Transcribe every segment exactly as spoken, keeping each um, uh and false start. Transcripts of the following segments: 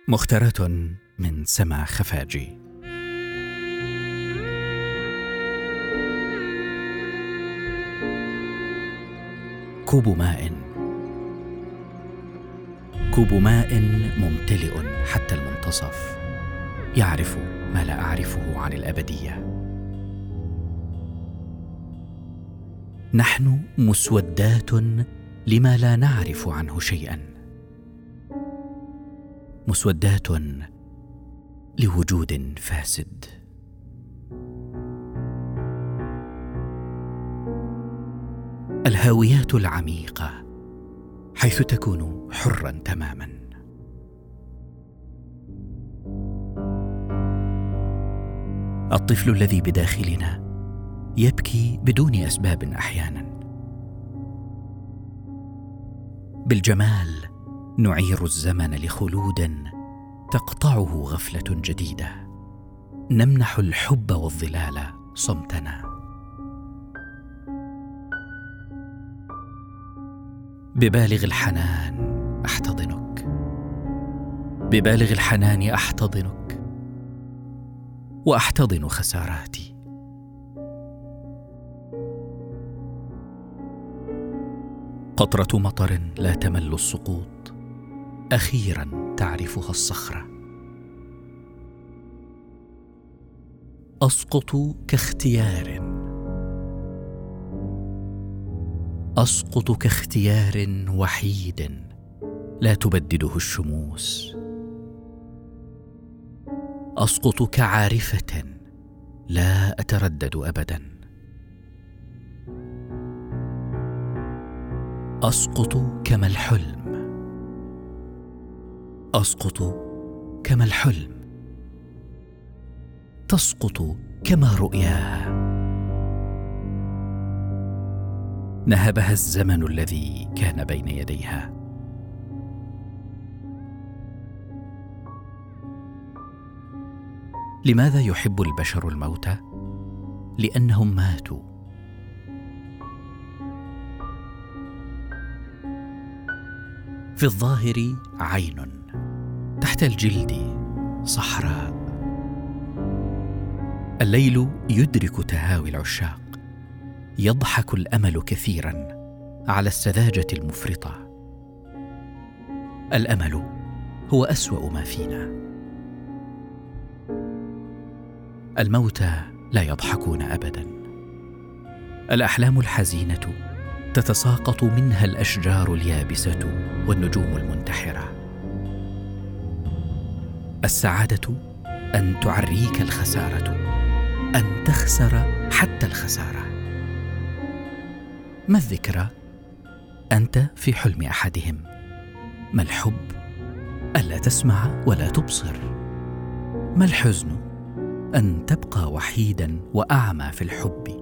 مختارات من سما خفاجي. كوب ماء، كوب ماء ممتلئ حتى المنتصف، يعرف ما لا أعرفه عن الأبدية. نحن مسودات لما لا نعرف عنه شيئا، مسودات لوجود فاسد. الهاويات العميقة، حيث تكون حرا تماما. الطفل الذي بداخلنا يبكي بدون أسباب أحيانا. بالجمال نعير الزمن لخلود تقطعه غفلة جديدة، نمنح الحب والظلال صمتنا. ببالغ الحنان أحتضنك، ببالغ الحنان أحتضنك وأحتضن خساراتي. قطرة مطر لا تمل السقوط، أخيرا تعرفها الصخرة. أسقط كاختيار، أسقط كاختيار وحيد لا تبدده الشموس. أسقط كعارفة لا أتردد أبدا. أسقط كما الحلم، أسقط كما الحلم، تسقط كما رؤياها. نهبها الزمن الذي كان بين يديها. لماذا يحب البشر الموت؟ لأنهم ماتوا. في الظاهر عين، تحت الجلد صحراء. الليل يدرك تهاوي العشاق، يضحك الأمل كثيرا على السذاجة المفرطة. الأمل هو أسوأ ما فينا. الموتى لا يضحكون أبدا. الأحلام الحزينة تتساقط منها الأشجار اليابسة والنجوم المنتحرة. السعادة أن تعريك الخسارة، أن تخسر حتى الخسارة. ما الذكرى؟ أنت في حلم أحدهم. ما الحب؟ ألا تسمع ولا تبصر. ما الحزن؟ أن تبقى وحيدا وأعمى في الحب.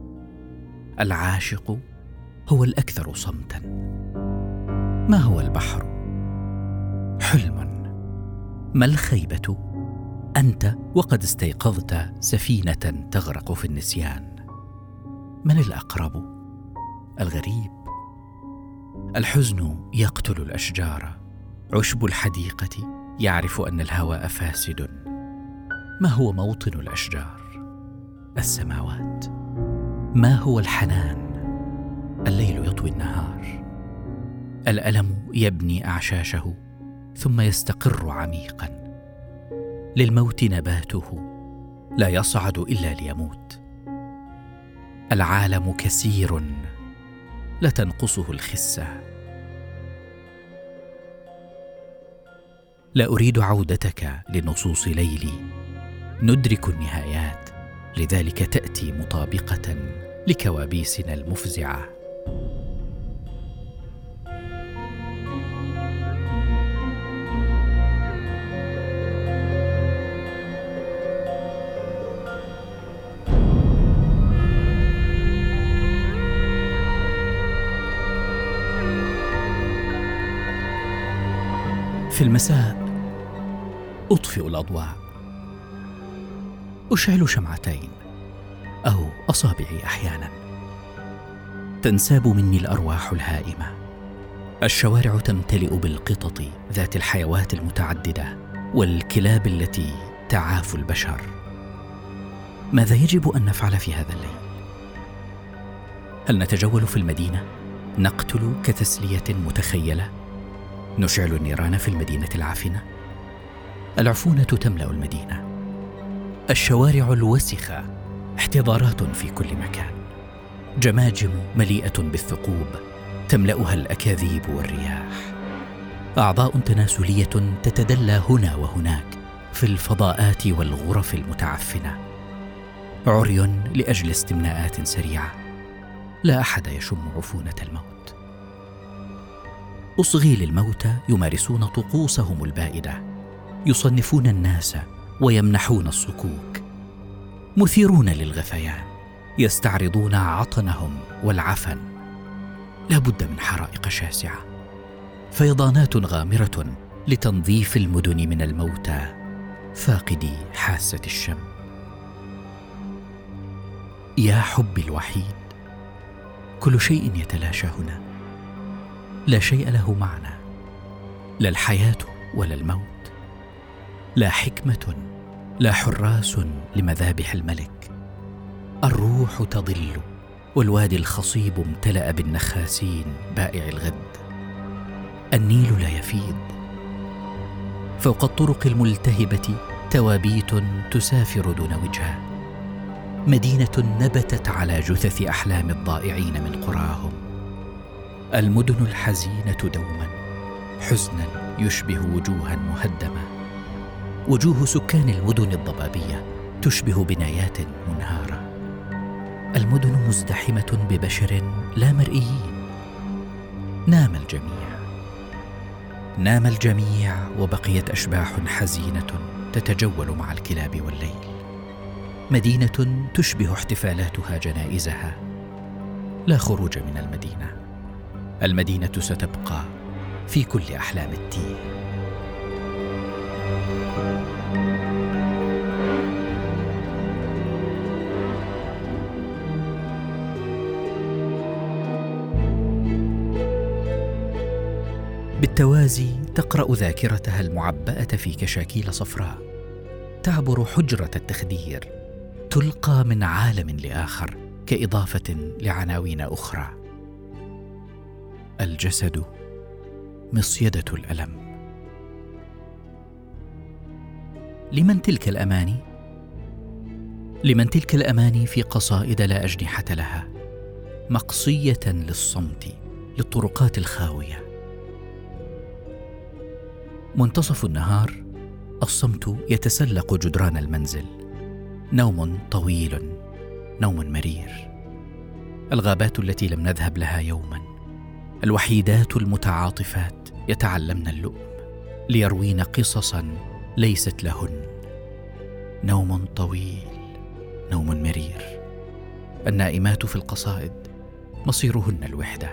العاشق هو الأكثر صمتا. ما هو البحر؟ حلم. ما الخيبة؟ أنت وقد استيقظت سفينة تغرق في النسيان. من الأقرب؟ الغريب. الحزن يقتل الأشجار. عشب الحديقة يعرف أن الهواء فاسد. ما هو موطن الأشجار؟ السماوات. ما هو الحنان؟ الليل يطوي النهار. الألم يبني أعشاشه ثم يستقر عميقا. للموت نباته، لا يصعد إلا ليموت. العالم كثير، لا تنقصه الخسة. لا أريد عودتك لنصوص ليلي. ندرك النهايات، لذلك تأتي مطابقة لكوابيسنا المفزعة. في المساء أطفئ الأضواء، أشعل شمعتين أو أصابعي أحيانا. تنساب مني الأرواح الهائمة. الشوارع تمتلئ بالقطط ذات الحيوات المتعددة والكلاب التي تعاف البشر. ماذا يجب أن نفعل في هذا الليل؟ هل نتجول في المدينة؟ نقتل كتسلية متخيلة؟ نشعل النيران في المدينة العافنة؟ العفونة تملأ المدينة، الشوارع الوسخة احتضارات في كل مكان، جماجم مليئة بالثقوب تملأها الأكاذيب والرياح، أعضاء تناسلية تتدلى هنا وهناك في الفضاءات والغرف المتعفنة، عري لأجل استمناءات سريعة، لا أحد يشم عفونة الموت. أصغي للموتى يمارسون طقوسهم البائدة، يصنفون الناس ويمنحون الصكوك، مثيرون للغثيان، يستعرضون عطنهم والعفن. لا بد من حرائق شاسعة، فيضانات غامرة لتنظيف المدن من الموتى فاقدي حاسة الشم. يا حبي الوحيد، كل شيء يتلاشى هنا، لا شيء له معنى، لا الحياة ولا الموت، لا حكمة، لا حراس لمذابح الملك. الروح تضل والوادي الخصيب امتلأ بالنخاسين بائع الغد. النيل لا يفيض، فوق الطرق الملتهبة توابيت تسافر دون وجهة. مدينة نبتت على جثث أحلام الضائعين من قراهم. المدن الحزينة دوما حزنا يشبه وجوها مهدمة. وجوه سكان المدن الضبابية تشبه بنايات منهارة. المدن مزدحمة ببشر لا مرئيين. نام الجميع، نام الجميع، وبقيت أشباح حزينة تتجول مع الكلاب والليل. مدينة تشبه احتفالاتها جنائزها. لا خروج من المدينة. المدينة ستبقى في كل أحلام التيه. بالتوازي تقرأ ذاكرتها المعبأة في كشاكيل صفراء، تعبر حجرة التخدير، تلقى من عالم لآخر كإضافة لعناوين أخرى. الجسد مصيدة الألم. لمن تلك الأماني؟ لمن تلك الأماني في قصائد لا أجنحة لها، مقصية للصمت، للطرقات الخاوية. منتصف النهار، الصمت يتسلق جدران المنزل. نوم طويل، نوم مرير. الغابات التي لم نذهب لها يوما، الوحيدات المتعاطفات يتعلمن اللؤم ليروين قصصا ليست لهن. نوم طويل، نوم مرير. النائمات في القصائد مصيرهن الوحدة.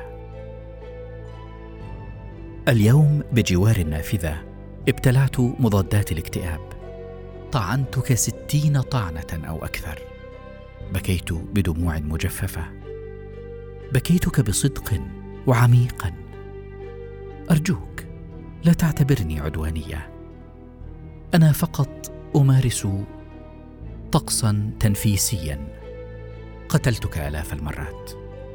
اليوم بجوار النافذة ابتلعت مضادات الاكتئاب. طعنتك ستين طعنة أو أكثر. بكيت بدموع مجففة. بكيتك بصدق وعميقا. أرجوك لا تعتبرني عدوانية. أنا فقط أمارس طقسا تنفيسيا. قتلتك آلاف المرات.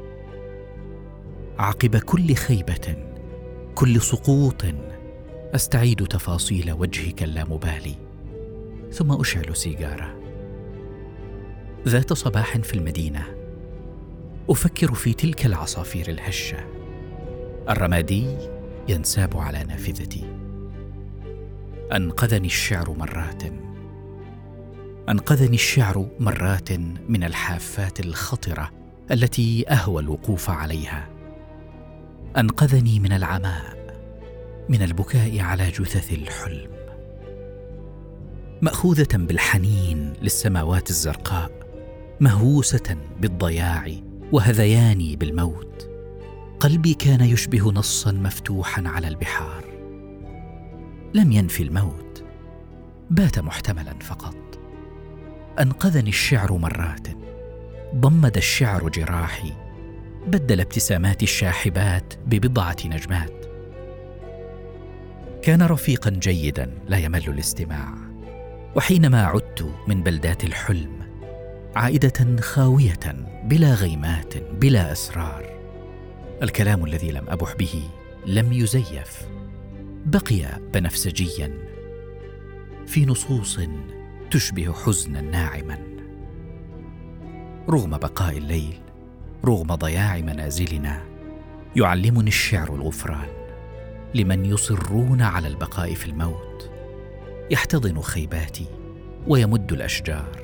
عقب كل خيبة، كل سقوط، أستعيد تفاصيل وجهك اللامبالي، ثم أشعل سيجارة. ذات صباح في المدينة أفكر في تلك العصافير الهشة. الرمادي ينساب على نافذتي. أنقذني الشعر مرات. أنقذني الشعر مرات من الحافات الخطرة التي أهوى الوقوف عليها. أنقذني من العماء، من البكاء على جثث الحلم. مأخوذة بالحنين للسماوات الزرقاء، مهووسة بالضياع وهذياني بالموت، قلبي كان يشبه نصا مفتوحا على البحار. لم ينفي الموت، بات محتملا فقط. أنقذني الشعر مرات. ضمد الشعر جراحي، بدل ابتسامات الشاحبات ببضعة نجمات. كان رفيقا جيدا لا يمل الاستماع. وحينما عدت من بلدات الحلم عائدة خاوية بلا غيمات بلا أسرار، الكلام الذي لم أبح به لم يزيف، بقي بنفسجيا في نصوص تشبه حزنا ناعما. رغم بقاء الليل، رغم ضياع منازلنا، يعلمني الشعر الغفران لمن يصرون على البقاء في الموت. يحتضن خيباتي ويمد الأشجار.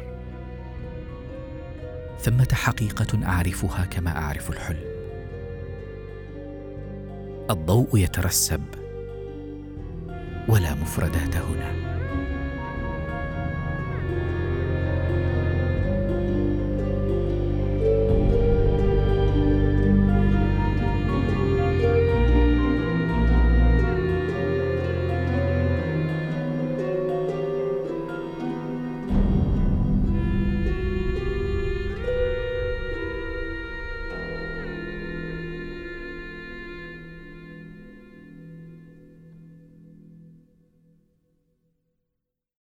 ثمة حقيقة أعرفها كما أعرف الحلم. الضوء يترسب ولا مفردات هنا.